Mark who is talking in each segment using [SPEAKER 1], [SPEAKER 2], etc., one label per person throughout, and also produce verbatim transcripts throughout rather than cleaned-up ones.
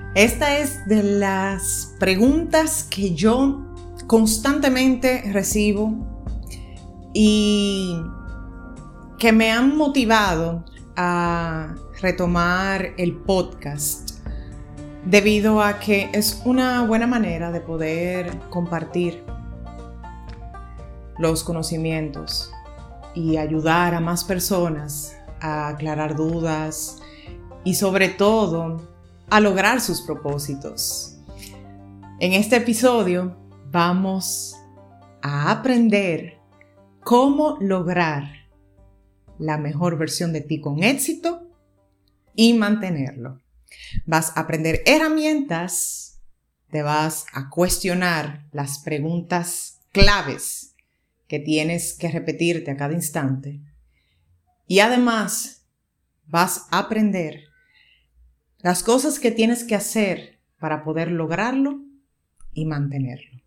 [SPEAKER 1] Esta es de las preguntas que yo constantemente recibo y que me han motivado a retomar el podcast debido a que es una buena manera de poder compartir los conocimientos y ayudar a más personas a aclarar dudas y sobre todo a lograr sus propósitos. En este episodio vamos a aprender cómo lograr la mejor versión de ti con éxito y mantenerlo. Vas a aprender herramientas, te vas a cuestionar las preguntas claves que tienes que repetirte a cada instante y además vas a aprender las cosas que tienes que hacer para poder lograrlo y mantenerlo.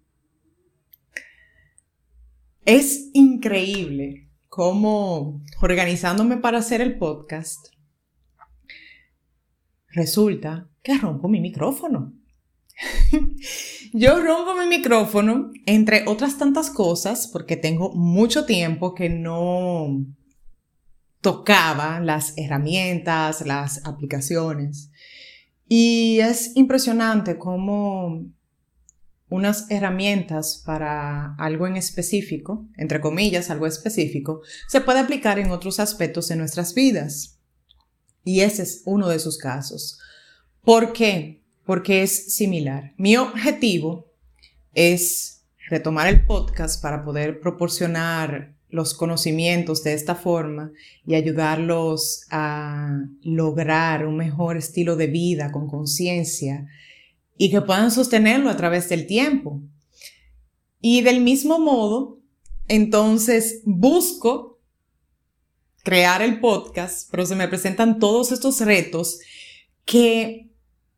[SPEAKER 1] Es increíble cómo, organizándome para hacer el podcast, resulta que rompo mi micrófono. Yo rompo mi micrófono, entre otras tantas cosas, porque tengo mucho tiempo que no tocaba las herramientas, las aplicaciones. Y es impresionante cómo unas herramientas para algo en específico, entre comillas, algo específico, se puede aplicar en otros aspectos de nuestras vidas. Y ese es uno de esos casos. ¿Por qué? Porque es similar. Mi objetivo es retomar el podcast para poder proporcionar los conocimientos de esta forma y ayudarlos a lograr un mejor estilo de vida con conciencia y que puedan sostenerlo a través del tiempo. Y del mismo modo, entonces busco crear el podcast, pero se me presentan todos estos retos que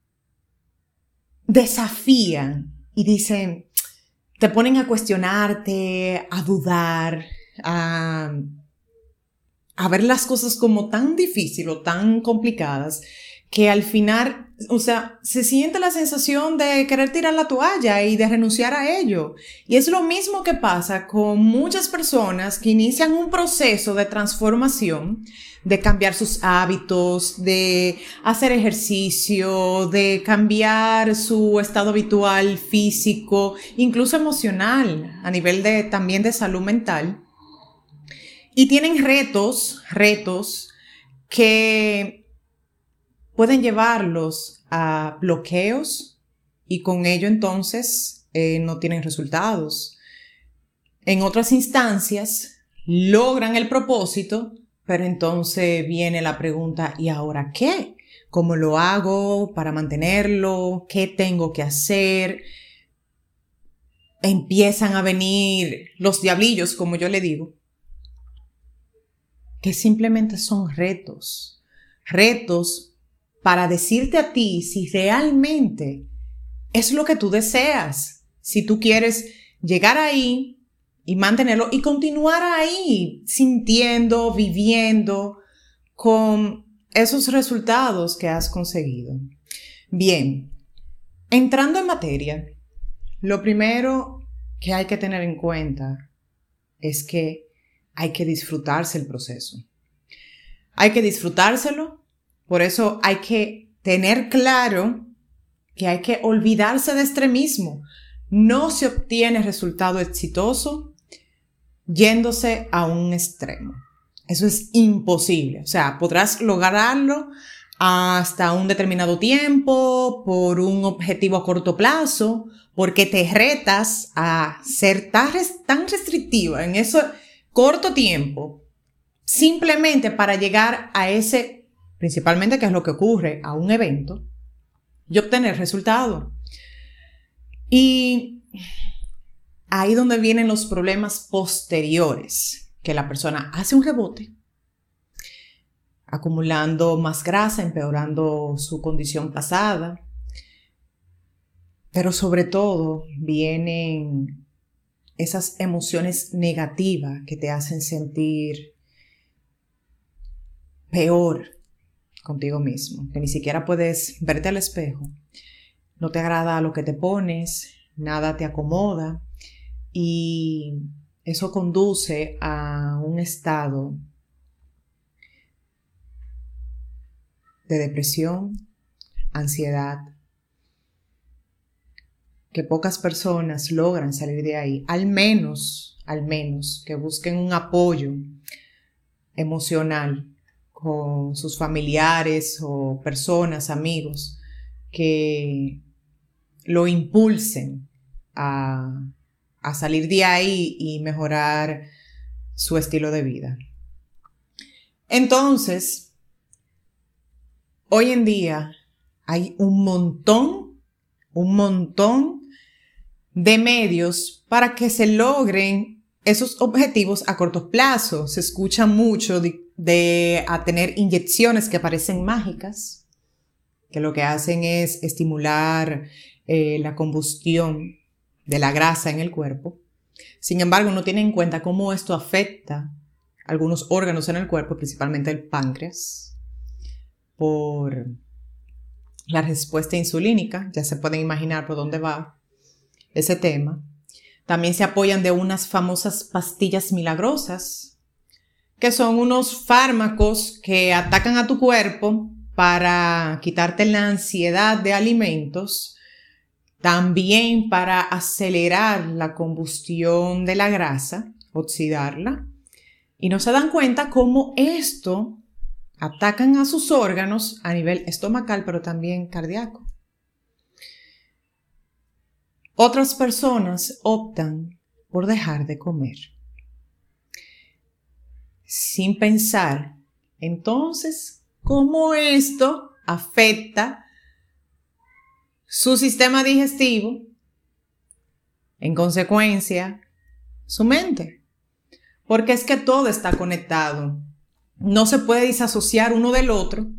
[SPEAKER 1] desafían y dicen, te ponen a cuestionarte, a dudar, a, a ver las cosas como tan difíciles o tan complicadas que al final, o sea, se siente la sensación de querer tirar la toalla y de renunciar a ello. Y es lo mismo que pasa con muchas personas que inician un proceso de transformación, de cambiar sus hábitos, de hacer ejercicio, de cambiar su estado habitual físico, incluso emocional, a nivel de, también de salud mental. Y tienen retos, retos que pueden llevarlos a bloqueos y con ello entonces eh, no tienen resultados. En otras instancias logran el propósito, pero entonces viene la pregunta, ¿y ahora qué? ¿Cómo lo hago para mantenerlo? ¿Qué tengo que hacer? Empiezan a venir los diablillos, como yo le digo, que simplemente son retos, retos para decirte a ti si realmente es lo que tú deseas, si tú quieres llegar ahí y mantenerlo y continuar ahí sintiendo, viviendo con esos resultados que has conseguido. Bien, entrando en materia, lo primero que hay que tener en cuenta es que hay que disfrutarse el proceso. Hay que disfrutárselo, por eso hay que tener claro que hay que olvidarse de extremismo. No se obtiene resultado exitoso yéndose a un extremo. Eso es imposible. O sea, podrás lograrlo hasta un determinado tiempo, por un objetivo a corto plazo, porque te retas a ser tan, tan restrictiva en ese corto tiempo, simplemente para llegar a ese, principalmente que es lo que ocurre, a un evento y obtener resultado. Y ahí donde vienen los problemas posteriores, que la persona hace un rebote, acumulando más grasa, empeorando su condición pasada, pero sobre todo vienen esas emociones negativas que te hacen sentir peor, contigo mismo, que ni siquiera puedes verte al espejo, no te agrada lo que te pones, nada te acomoda y eso conduce a un estado de depresión, ansiedad, que pocas personas logran salir de ahí, al menos, al menos que busquen un apoyo emocional con sus familiares o personas, amigos, que lo impulsen a, a salir de ahí y mejorar su estilo de vida. Entonces, hoy en día hay un montón, un montón de medios para que se logren esos objetivos a corto plazo. Se escucha mucho de, de a tener inyecciones que parecen mágicas, que lo que hacen es estimular eh, la combustión de la grasa en el cuerpo. Sin embargo, no tienen en cuenta cómo esto afecta algunos órganos en el cuerpo, principalmente el páncreas, por la respuesta insulínica. Ya se pueden imaginar por dónde va ese tema. También se apoyan de unas famosas pastillas milagrosas, que son unos fármacos que atacan a tu cuerpo para quitarte la ansiedad de alimentos, también para acelerar la combustión de la grasa, oxidarla, y no se dan cuenta cómo esto atacan a sus órganos a nivel estomacal, pero también cardíaco. Otras personas optan por dejar de comer sin pensar, entonces, cómo esto afecta su sistema digestivo, en consecuencia, su mente. Porque es que todo está conectado. No se puede disasociar uno del otro.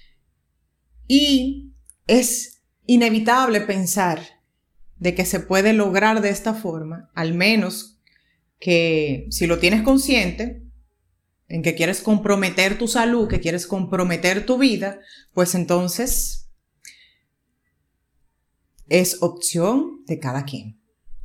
[SPEAKER 1] Y es inevitable pensar de que se puede lograr de esta forma, al menos que si lo tienes consciente, en que quieres comprometer tu salud, que quieres comprometer tu vida, pues entonces es opción de cada quien.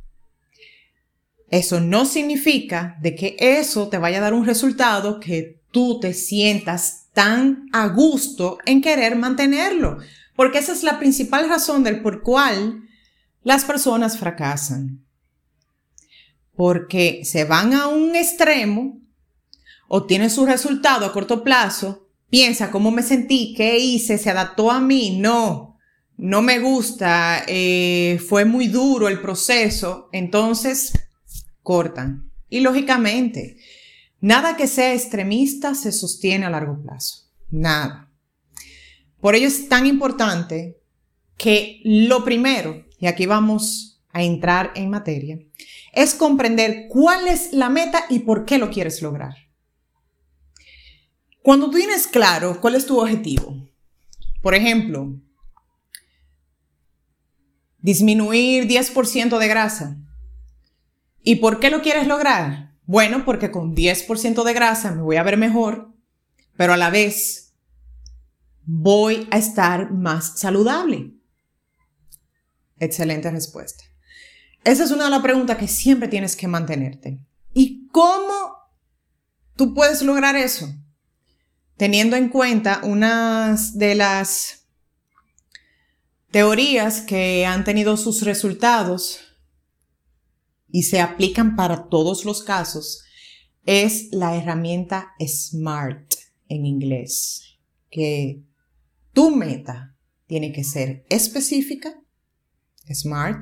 [SPEAKER 1] Eso no significa de que eso te vaya a dar un resultado que tú te sientas tan a gusto en querer mantenerlo, porque esa es la principal razón del por cual las personas fracasan. Porque se van a un extremo, obtienen su resultado a corto plazo, piensa cómo me sentí, qué hice, se adaptó a mí, no, no me gusta, eh, fue muy duro el proceso, entonces cortan. Y lógicamente, nada que sea extremista se sostiene a largo plazo, nada. Por ello es tan importante que lo primero, y aquí vamos a entrar en materia, es comprender cuál es la meta y por qué lo quieres lograr. Cuando tú tienes claro cuál es tu objetivo, por ejemplo, disminuir diez por ciento de grasa. ¿Y por qué lo quieres lograr? Bueno, porque con diez por ciento de grasa me voy a ver mejor, pero a la vez voy a estar más saludable. Excelente respuesta. Esa es una de las preguntas que siempre tienes que mantenerte. ¿Y cómo tú puedes lograr eso? Teniendo en cuenta unas de las teorías que han tenido sus resultados y se aplican para todos los casos, es la herramienta SMART en inglés, que tu meta tiene que ser específica, SMART,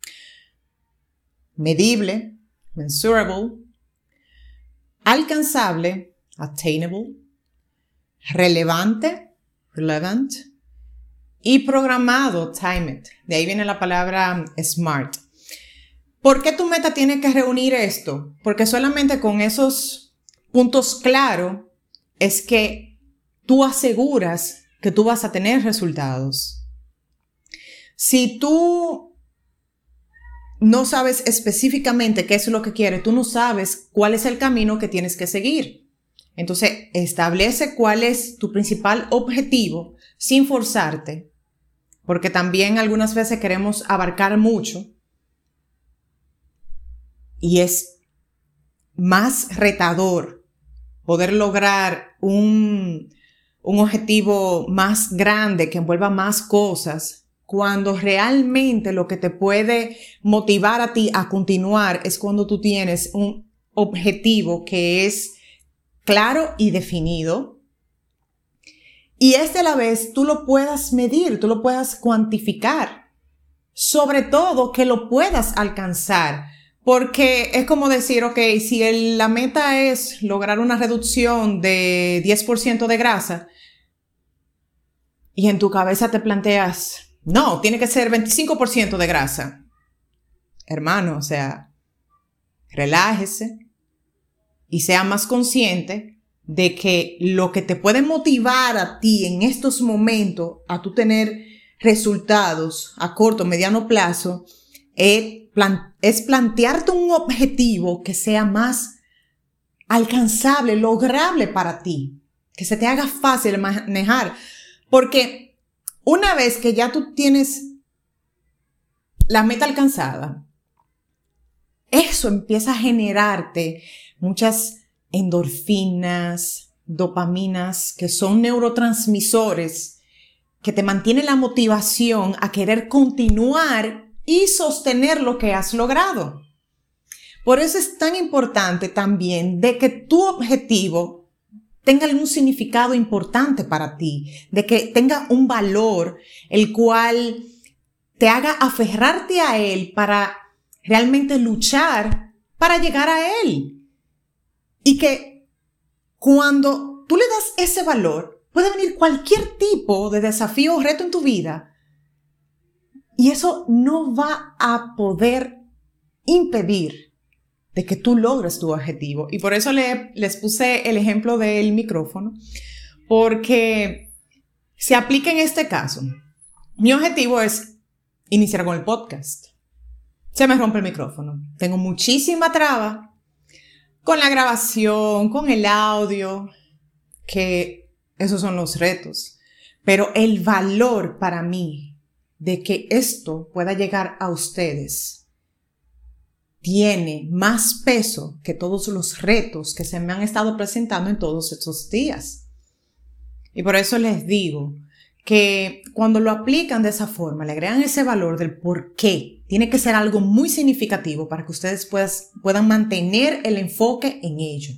[SPEAKER 1] medible, mensurable, alcanzable, attainable, relevante, relevant, y programado, timed. De ahí viene la palabra SMART. ¿Por qué tu meta tiene que reunir esto? Porque solamente con esos puntos claros es que tú aseguras que tú vas a tener resultados. Si tú no sabes específicamente qué es lo que quieres, tú no sabes cuál es el camino que tienes que seguir. Entonces, establece cuál es tu principal objetivo sin forzarte, porque también algunas veces queremos abarcar mucho y es más retador poder lograr un, un objetivo más grande que envuelva más cosas, cuando realmente lo que te puede motivar a ti a continuar es cuando tú tienes un objetivo que es claro y definido, y este a la vez tú lo puedas medir, tú lo puedas cuantificar, sobre todo que lo puedas alcanzar, porque es como decir, ok, si el, la meta es lograr una reducción de diez por ciento de grasa y en tu cabeza te planteas, no, tiene que ser veinticinco por ciento de grasa. Hermano, o sea, relájese y sea más consciente de que lo que te puede motivar a ti en estos momentos a tú tener resultados a corto, mediano plazo, es, plan- es plantearte un objetivo que sea más alcanzable, lograble para ti, que se te haga fácil manejar. Porque una vez que ya tú tienes la meta alcanzada, eso empieza a generarte muchas endorfinas, dopaminas, que son neurotransmisores que te mantienen la motivación a querer continuar y sostener lo que has logrado. Por eso es tan importante también de que tu objetivo tenga algún significado importante para ti, de que tenga un valor el cual te haga aferrarte a él para realmente luchar para llegar a él. Y que cuando tú le das ese valor, puede venir cualquier tipo de desafío o reto en tu vida y eso no va a poder impedir de que tú logres tu objetivo. Y por eso le, les puse el ejemplo del micrófono, porque se aplica en este caso. Mi objetivo es iniciar con el podcast. Se me rompe el micrófono. Tengo muchísima traba con la grabación, con el audio, que esos son los retos. Pero el valor para mí de que esto pueda llegar a ustedes tiene más peso que todos los retos que se me han estado presentando en todos estos días. Y por eso les digo que cuando lo aplican de esa forma, le agregan ese valor del por qué, tiene que ser algo muy significativo para que ustedes puedas, puedan mantener el enfoque en ello.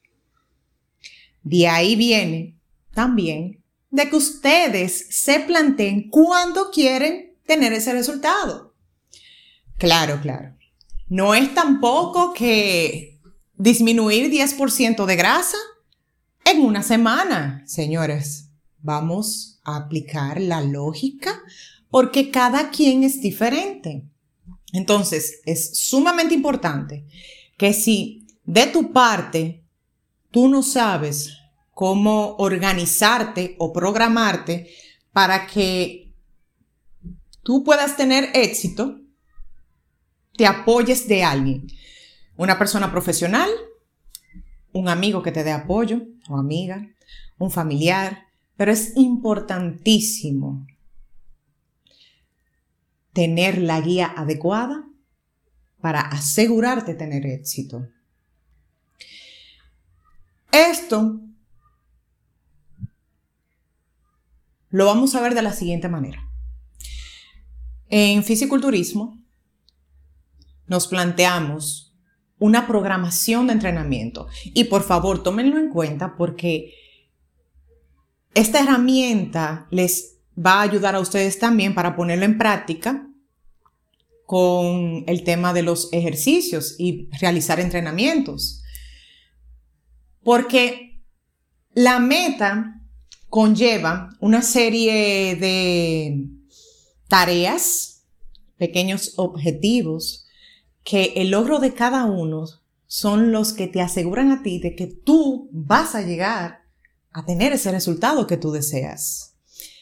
[SPEAKER 1] De ahí viene también de que ustedes se planteen cuándo quieren tener ese resultado. Claro, claro. No es tampoco que disminuir diez por ciento de grasa en una semana, señores. Vamos a aplicar la lógica porque cada quien es diferente. Entonces, es sumamente importante que si de tu parte tú no sabes cómo organizarte o programarte para que tú puedas tener éxito, te apoyes de alguien, una persona profesional, un amigo que te dé apoyo o amiga, un familiar, pero es importantísimo tener la guía adecuada para asegurarte tener éxito. Esto lo vamos a ver de la siguiente manera. En fisiculturismo nos planteamos una programación de entrenamiento y por favor tómenlo en cuenta porque esta herramienta les va a ayudar a ustedes también para ponerlo en práctica con el tema de los ejercicios y realizar entrenamientos. Porque la meta conlleva una serie de tareas, pequeños objetivos, que el logro de cada uno son los que te aseguran a ti de que tú vas a llegar a tener ese resultado que tú deseas.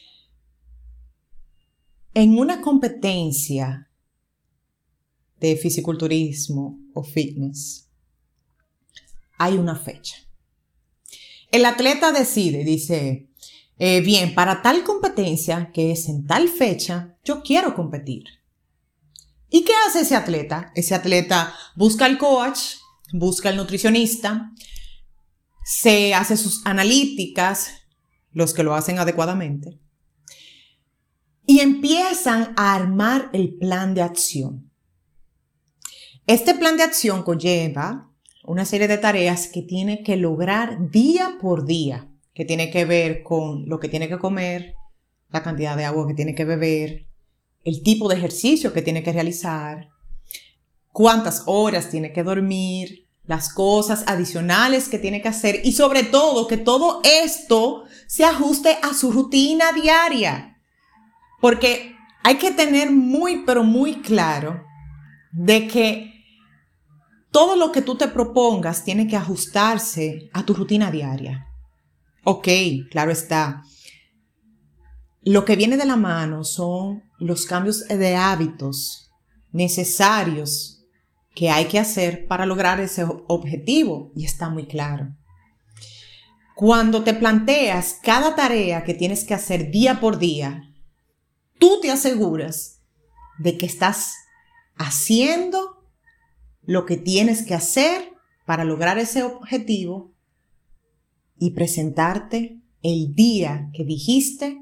[SPEAKER 1] En una competencia de fisiculturismo o fitness, hay una fecha. el atleta decide, dice, eh, bien, para tal competencia que es en tal fecha, yo quiero competir. ¿Y qué hace ese atleta? Ese atleta busca al coach, busca al nutricionista, se hace sus analíticas, los que lo hacen adecuadamente, y empiezan a armar el plan de acción. Este plan de acción conlleva una serie de tareas que tiene que lograr día por día, que tiene que ver con lo que tiene que comer, la cantidad de agua que tiene que beber, el tipo de ejercicio que tiene que realizar, cuántas horas tiene que dormir, las cosas adicionales que tiene que hacer y sobre todo que todo esto se ajuste a su rutina diaria. Porque hay que tener muy, pero muy claro de que todo lo que tú te propongas tiene que ajustarse a tu rutina diaria. Ok, claro está. Lo que viene de la mano son los cambios de hábitos necesarios que hay que hacer para lograr ese objetivo, y está muy claro. Cuando te planteas cada tarea que tienes que hacer día por día, tú te aseguras de que estás haciendo lo que tienes que hacer para lograr ese objetivo y presentarte el día que dijiste.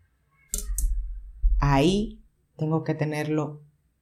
[SPEAKER 1] Ahí tengo que tenerlo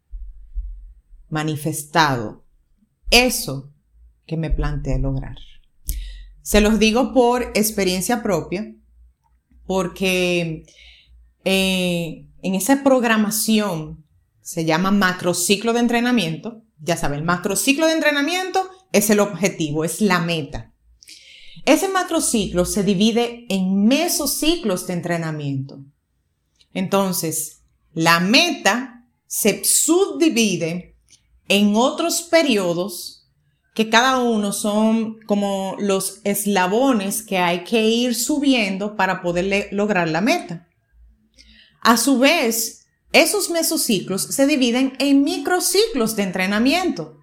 [SPEAKER 1] manifestado. Eso que me planteé lograr. Se los digo por experiencia propia, porque eh, en esa programación se llama macrociclo de entrenamiento. Ya saben, el macrociclo de entrenamiento es el objetivo, es la meta. Ese macrociclo se divide en mesociclos de entrenamiento. Entonces, la meta se subdivide en otros periodos que cada uno son como los eslabones que hay que ir subiendo para poder lograr la meta. A su vez, esos mesociclos se dividen en microciclos de entrenamiento.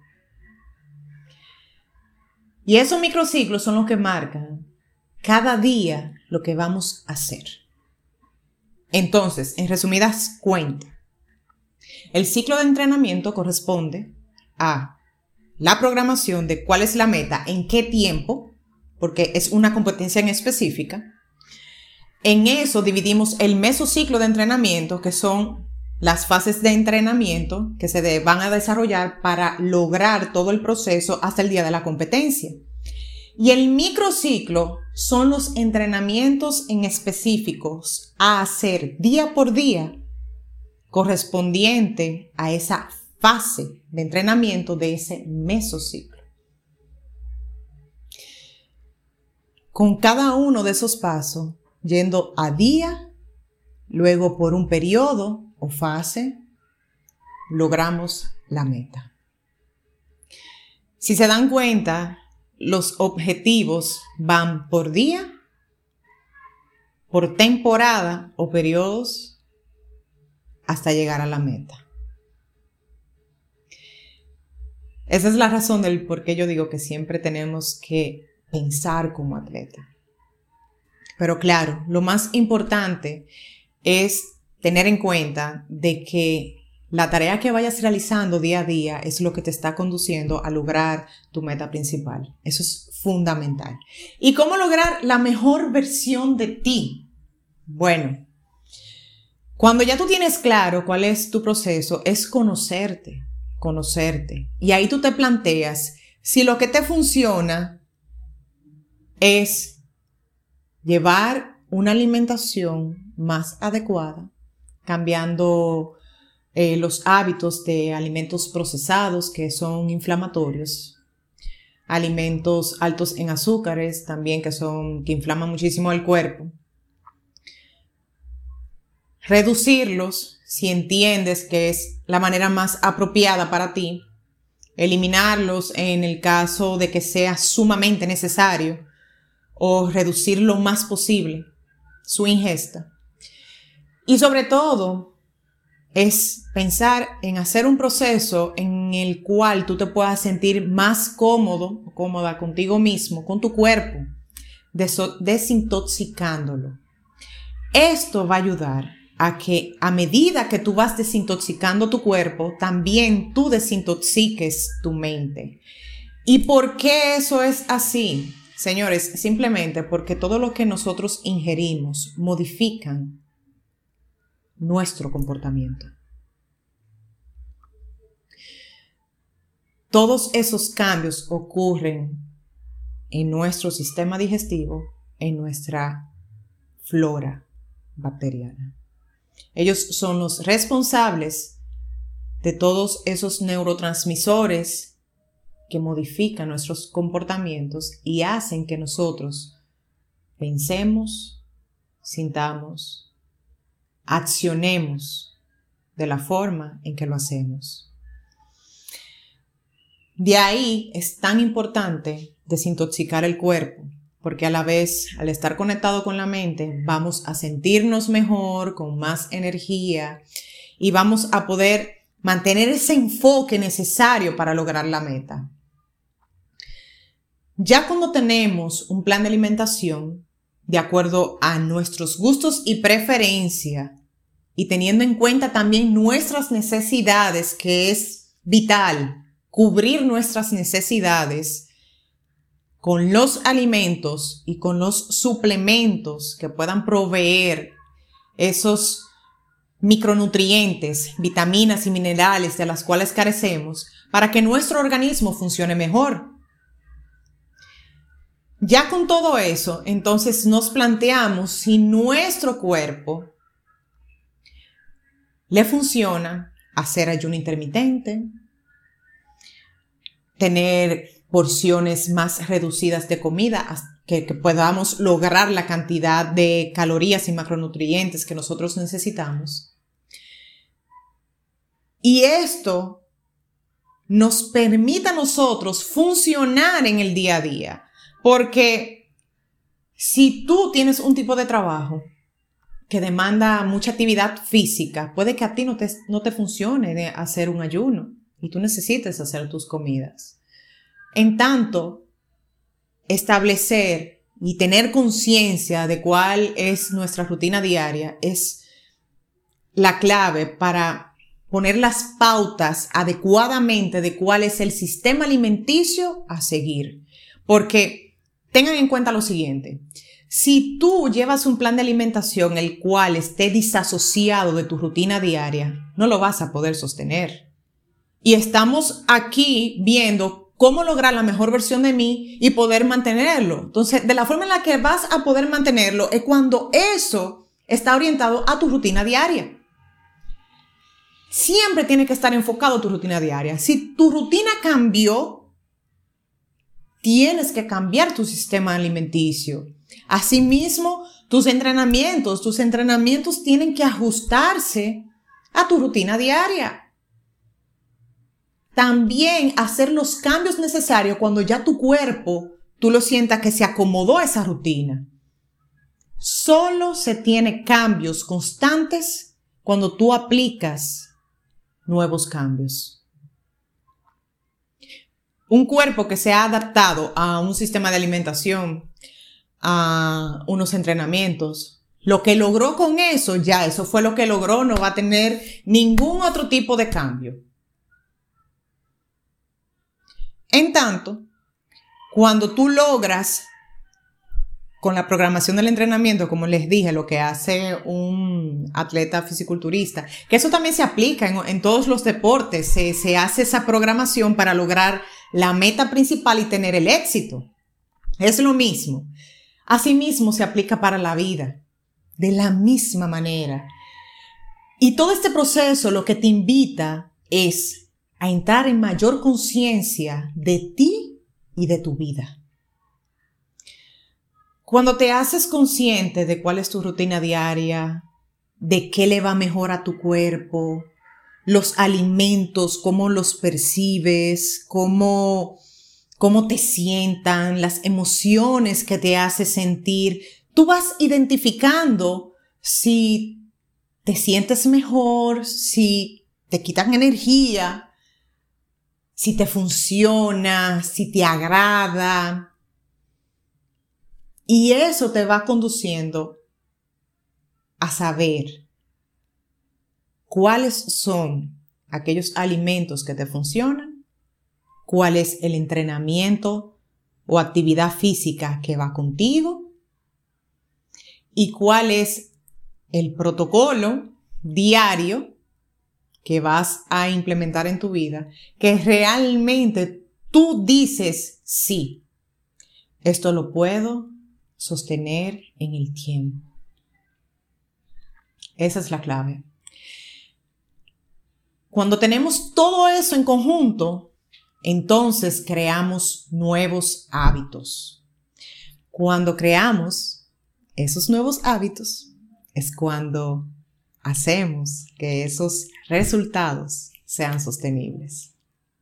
[SPEAKER 1] Y esos microciclos son los que marcan cada día lo que vamos a hacer. Entonces, en resumidas cuentas, el ciclo de entrenamiento corresponde a la programación de cuál es la meta, en qué tiempo, porque es una competencia en específica. En eso dividimos el mesociclo de entrenamiento, que son las fases de entrenamiento que se de, van a desarrollar para lograr todo el proceso hasta el día de la competencia. Y el microciclo son los entrenamientos en específicos a hacer día por día correspondiente a esa fase de entrenamiento de ese mesociclo. Con cada uno de esos pasos, yendo a día, luego por un periodo o fase, logramos la meta. Si se dan cuenta, los objetivos van por día, por temporada o periodos, hasta llegar a la meta. Esa es la razón del por qué yo digo que siempre tenemos que pensar como atleta. Pero claro, lo más importante es tener en cuenta de que la tarea que vayas realizando día a día es lo que te está conduciendo a lograr tu meta principal. Eso es fundamental. ¿Y cómo lograr la mejor versión de ti? Bueno, cuando ya tú tienes claro cuál es tu proceso, es conocerte, conocerte. Y ahí tú te planteas si lo que te funciona es llevar una alimentación más adecuada, cambiando eh, los hábitos de alimentos procesados que son inflamatorios, alimentos altos en azúcares también que son que inflaman muchísimo el cuerpo. Reducirlos si entiendes que es la manera más apropiada para ti. Eliminarlos en el caso de que sea sumamente necesario o reducir lo más posible su ingesta. Y sobre todo es pensar en hacer un proceso en el cual tú te puedas sentir más cómodo o cómoda contigo mismo, con tu cuerpo, desintoxicándolo. Esto va a ayudar a que a medida que tú vas desintoxicando tu cuerpo, también tú desintoxiques tu mente. ¿Y por qué eso es así? Señores, simplemente porque todo lo que nosotros ingerimos modifican nuestro comportamiento. Todos esos cambios ocurren en nuestro sistema digestivo, en nuestra flora bacteriana. Ellos son los responsables de todos esos neurotransmisores que modifican nuestros comportamientos y hacen que nosotros pensemos, sintamos, accionemos de la forma en que lo hacemos. De ahí es tan importante desintoxicar el cuerpo, porque a la vez, al estar conectado con la mente, vamos a sentirnos mejor, con más energía y vamos a poder mantener ese enfoque necesario para lograr la meta. Ya cuando tenemos un plan de alimentación de acuerdo a nuestros gustos y preferencia y teniendo en cuenta también nuestras necesidades, que es vital, cubrir nuestras necesidades con los alimentos y con los suplementos que puedan proveer esos micronutrientes, vitaminas y minerales de las cuales carecemos para que nuestro organismo funcione mejor. Ya con todo eso, entonces nos planteamos si nuestro cuerpo le funciona hacer ayuno intermitente, tener porciones más reducidas de comida, que, que podamos lograr la cantidad de calorías y macronutrientes que nosotros necesitamos. Y esto nos permite a nosotros funcionar en el día a día. Porque si tú tienes un tipo de trabajo que demanda mucha actividad física, puede que a ti no te, no te funcione de hacer un ayuno y tú necesites hacer tus comidas. En tanto, establecer y tener conciencia de cuál es nuestra rutina diaria es la clave para poner las pautas adecuadamente de cuál es el sistema alimenticio a seguir. Porque tengan en cuenta lo siguiente, si tú llevas un plan de alimentación el cual esté disasociado de tu rutina diaria, no lo vas a poder sostener. Y estamos aquí viendo cómo lograr la mejor versión de mí y poder mantenerlo. Entonces, de la forma en la que vas a poder mantenerlo es cuando eso está orientado a tu rutina diaria. Siempre tiene que estar enfocado a tu rutina diaria. Si tu rutina cambió, tienes que cambiar tu sistema alimenticio. Asimismo, tus entrenamientos, tus entrenamientos tienen que ajustarse a tu rutina diaria. También hacer los cambios necesarios cuando ya tu cuerpo, tú lo sientas que se acomodó a esa rutina. Solo se tiene cambios constantes cuando tú aplicas nuevos cambios. Un cuerpo que se ha adaptado a un sistema de alimentación, a unos entrenamientos, lo que logró con eso, ya eso fue lo que logró, no va a tener ningún otro tipo de cambio. En tanto, cuando tú logras con la programación del entrenamiento, como les dije, lo que hace un atleta fisiculturista, que eso también se aplica en, en todos los deportes, se, se hace esa programación para lograr la meta principal y tener el éxito. Es lo mismo. Asimismo se aplica para la vida, de la misma manera. Y todo este proceso lo que te invita es a entrar en mayor conciencia de ti y de tu vida. Cuando te haces consciente de cuál es tu rutina diaria, de qué le va mejor a tu cuerpo, los alimentos, cómo los percibes, cómo, cómo te sientan, las emociones que te hace sentir, tú vas identificando si te sientes mejor, si te quitan energía, si te funciona, si te agrada. Y eso te va conduciendo a saber cuáles son aquellos alimentos que te funcionan, cuál es el entrenamiento o actividad física que va contigo y cuál es el protocolo diario que vas a implementar en tu vida, que realmente tú dices, sí, esto lo puedo sostener en el tiempo. Esa es la clave. Cuando tenemos todo eso en conjunto, entonces creamos nuevos hábitos. Cuando creamos esos nuevos hábitos, es cuando hacemos que esos resultados sean sostenibles.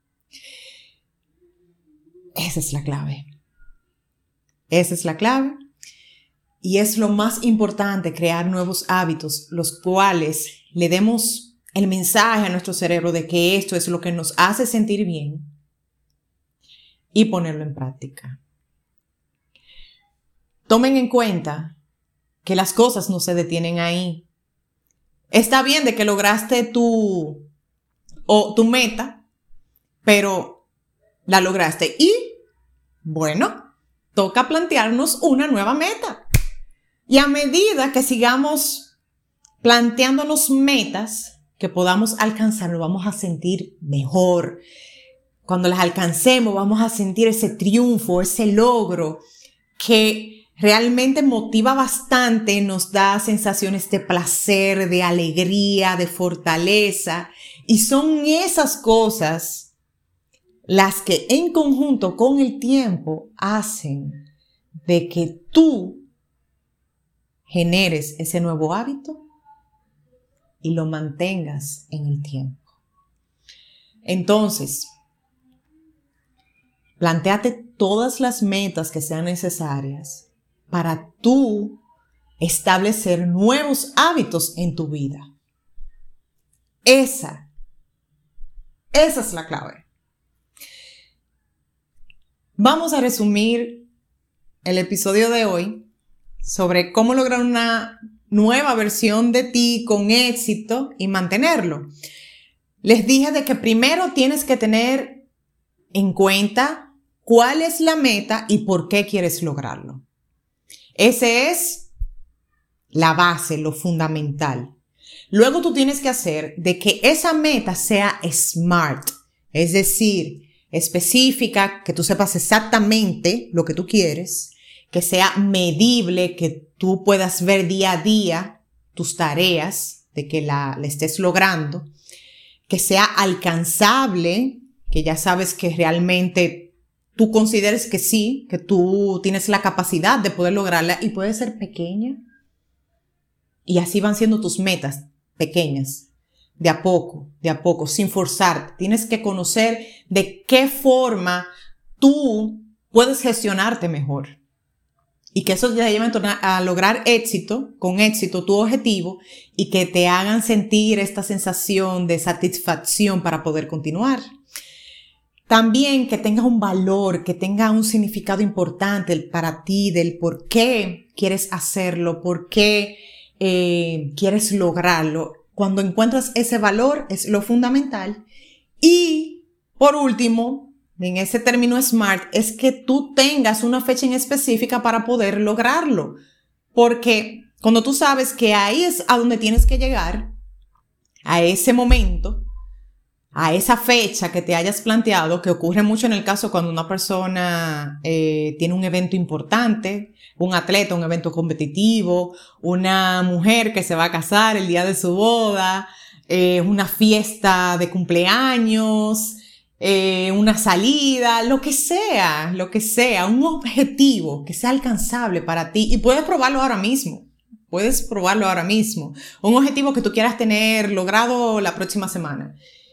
[SPEAKER 1] Esa es la clave. Esa es la clave. Y es lo más importante, crear nuevos hábitos, los cuales le demos el mensaje a nuestro cerebro de que esto es lo que nos hace sentir bien y ponerlo en práctica. Tomen en cuenta que las cosas no se detienen ahí. Está bien de que lograste tu, o tu meta, pero la lograste y, bueno, toca plantearnos una nueva meta. Y a medida que sigamos planteándonos metas que podamos alcanzar, nos vamos a sentir mejor. Cuando las alcancemos, vamos a sentir ese triunfo, ese logro que realmente motiva bastante, nos da sensaciones de placer, de alegría, de fortaleza. Y son esas cosas las que en conjunto con el tiempo hacen de que tú generes ese nuevo hábito y lo mantengas en el tiempo. Entonces, plantéate todas las metas que sean necesarias para tú establecer nuevos hábitos en tu vida. Esa, esa es la clave. Vamos a resumir el episodio de hoy sobre cómo lograr una nueva versión de ti con éxito y mantenerlo. Les dije de que primero tienes que tener en cuenta cuál es la meta y por qué quieres lograrlo. Ese es la base, lo fundamental. Luego tú tienes que hacer de que esa meta sea SMART, es decir, específica, que tú sepas exactamente lo que tú quieres, que sea medible, que tú puedas ver día a día tus tareas, de que la, la estés logrando, que sea alcanzable, que ya sabes que realmente tú consideres que sí, que tú tienes la capacidad de poder lograrla y puede ser pequeña. Y así van siendo tus metas pequeñas, de a poco, de a poco, sin forzarte. Tienes que conocer de qué forma tú puedes gestionarte mejor. Y que eso te lleve a lograr éxito, con éxito, tu objetivo y que te hagan sentir esta sensación de satisfacción para poder continuar. También que tenga un valor, que tenga un significado importante para ti, del por qué quieres hacerlo, por qué eh, quieres lograrlo. Cuando encuentras ese valor es lo fundamental. Y por último, en ese término SMART, es que tú tengas una fecha en específica para poder lograrlo. Porque cuando tú sabes que ahí es a donde tienes que llegar, a ese momento, a esa fecha que te hayas planteado, que ocurre mucho en el caso cuando una persona eh, tiene un evento importante, un atleta, un evento competitivo, una mujer que se va a casar el día de su boda, eh, una fiesta de cumpleaños, Eh, una salida, lo que sea, lo que sea, un objetivo que sea alcanzable para ti y puedes probarlo ahora mismo, puedes probarlo ahora mismo, un objetivo que tú quieras tener logrado la próxima semana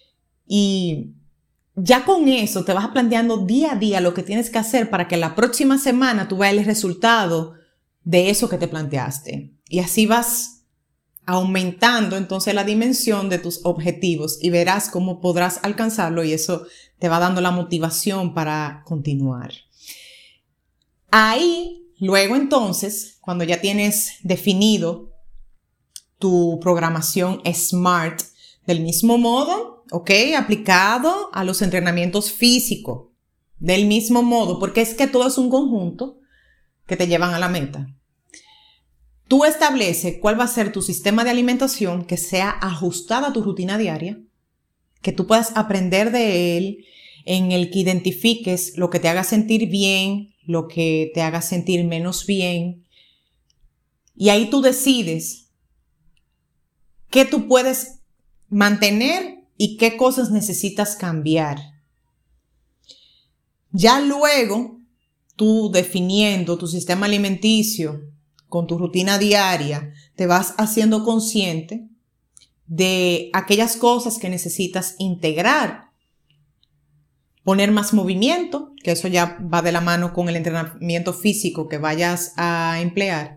[SPEAKER 1] y ya con eso te vas planteando día a día lo que tienes que hacer para que la próxima semana tú veas el resultado de eso que te planteaste y así vas aumentando entonces la dimensión de tus objetivos y verás cómo podrás alcanzarlo y eso te va dando la motivación para continuar. Ahí Luego entonces, cuando ya tienes definido tu programación SMART del mismo modo, ¿ok? Aplicado a los entrenamientos físicos, del mismo modo, porque es que todo es un conjunto que te llevan a la meta. Tú estableces cuál va a ser tu sistema de alimentación que sea ajustado a tu rutina diaria, que tú puedas aprender de él, en el que identifiques lo que te haga sentir bien, lo que te haga sentir menos bien. Y ahí tú decides qué tú puedes mantener y qué cosas necesitas cambiar. Ya luego, tú definiendo tu sistema alimenticio con tu rutina diaria, te vas haciendo consciente de aquellas cosas que necesitas integrar. Poner más movimiento, que eso ya va de la mano con el entrenamiento físico que vayas a emplear.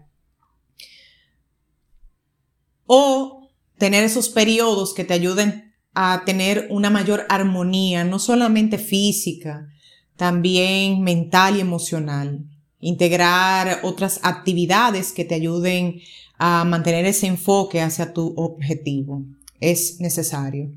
[SPEAKER 1] O tener esos periodos que te ayuden a tener una mayor armonía, no solamente física, también mental y emocional. Integrar otras actividades que te ayuden a mantener ese enfoque hacia tu objetivo. Es necesario.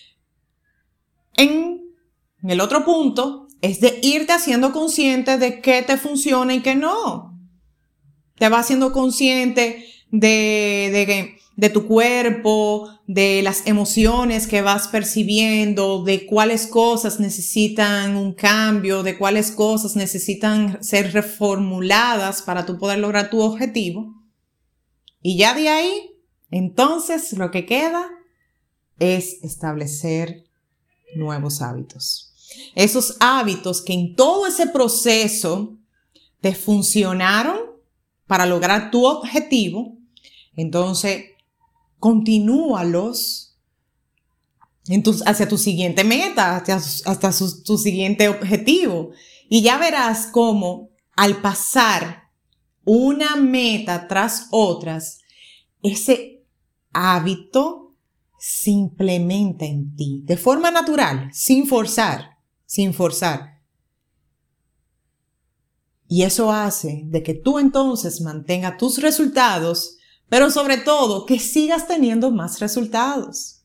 [SPEAKER 1] En el otro punto es de irte haciendo consciente de qué te funciona y qué no. Te vas haciendo consciente de, de, de tu cuerpo, de las emociones que vas percibiendo, de cuáles cosas necesitan un cambio, de cuáles cosas necesitan ser reformuladas para tú poder lograr tu objetivo. Y ya de ahí, entonces lo que queda es establecer nuevos hábitos. Esos hábitos que en todo ese proceso te funcionaron para lograr tu objetivo, entonces continúalos en tu, hacia tu siguiente meta, hacia, hasta su, tu siguiente objetivo. Y ya verás cómo al pasar una meta tras otras, ese hábito se implementa en ti de forma natural, sin forzar, sin forzar. Y eso hace de que tú entonces mantengas tus resultados, pero sobre todo que sigas teniendo más resultados.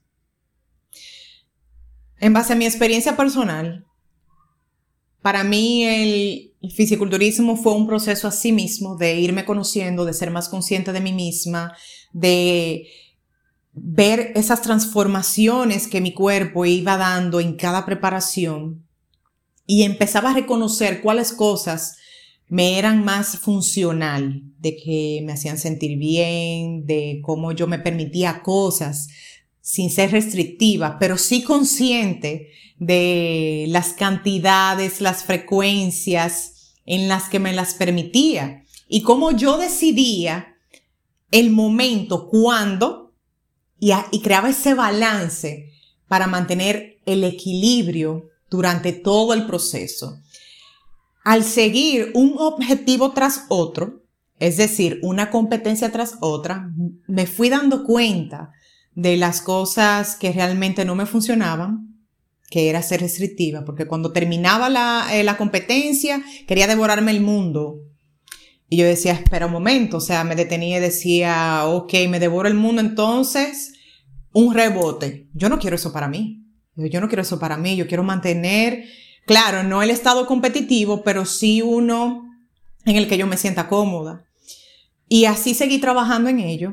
[SPEAKER 1] En base a mi experiencia personal, para mí el fisiculturismo fue un proceso a sí mismo de irme conociendo, de ser más consciente de mí misma, de ver esas transformaciones que mi cuerpo iba dando en cada preparación y empezaba a reconocer cuáles cosas me eran más funcional, de que me hacían sentir bien, de cómo yo me permitía cosas sin ser restrictiva, pero sí consciente de las cantidades, las frecuencias en las que me las permitía y cómo yo decidía el momento, cuándo, y, a, y creaba ese balance para mantener el equilibrio durante todo el proceso. Al seguir un objetivo tras otro, es decir, una competencia tras otra, me fui dando cuenta de las cosas que realmente no me funcionaban, que era ser restrictiva, porque cuando terminaba la, eh, la competencia, quería devorarme el mundo. Y yo decía, espera un momento, o sea, me detenía y decía, ok, me devoro el mundo, entonces, un rebote. Yo no quiero eso para mí. Yo no quiero eso para mí, yo quiero mantener, claro, no el estado competitivo, pero sí uno en el que yo me sienta cómoda. Y así seguí trabajando en ello.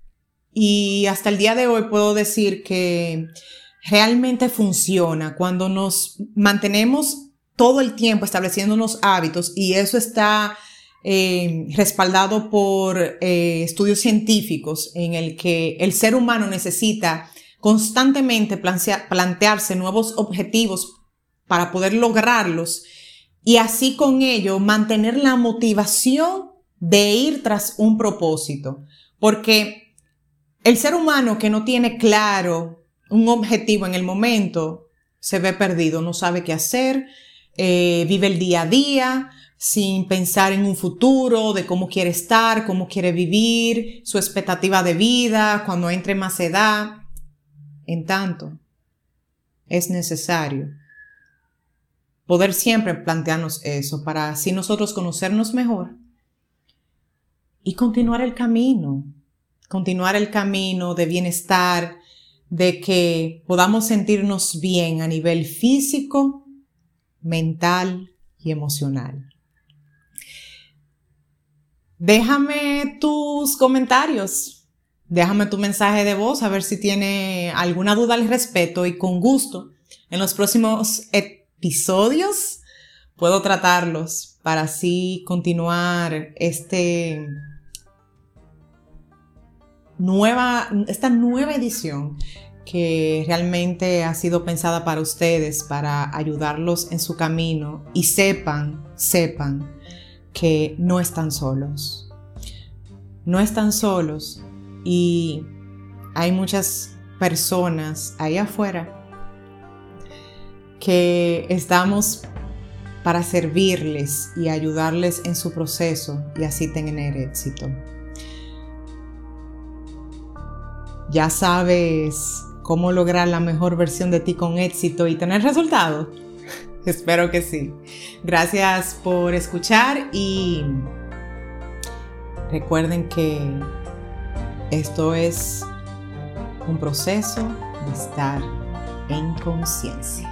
[SPEAKER 1] Y hasta el día de hoy puedo decir que realmente funciona cuando nos mantenemos todo el tiempo estableciendo unos hábitos, y eso está eh, respaldado por eh, estudios científicos en el que el ser humano necesita constantemente plantea, plantearse nuevos objetivos para poder lograrlos, y así con ello mantener la motivación de ir tras un propósito. Porque el ser humano que no tiene claro un objetivo en el momento se ve perdido, no sabe qué hacer, eh, vive el día a día sin pensar en un futuro, de cómo quiere estar, cómo quiere vivir, su expectativa de vida, cuando entre más edad. En tanto, es necesario poder siempre plantearnos eso para así nosotros conocernos mejor y continuar el camino, continuar el camino de bienestar, de que podamos sentirnos bien a nivel físico, mental y emocional. Déjame tus comentarios, déjame tu mensaje de voz a ver si tiene alguna duda al respecto y con gusto en los próximos episodios puedo tratarlos para así continuar este nueva, esta nueva edición que realmente ha sido pensada para ustedes, para ayudarlos en su camino y sepan, sepan que no están solos. No están solos y hay muchas personas ahí afuera que estamos para servirles y ayudarles en su proceso y así tener éxito. ¿Ya sabes cómo lograr la mejor versión de ti con éxito y tener resultados? Espero que sí. Gracias por escuchar y recuerden que esto es un proceso de estar en conciencia.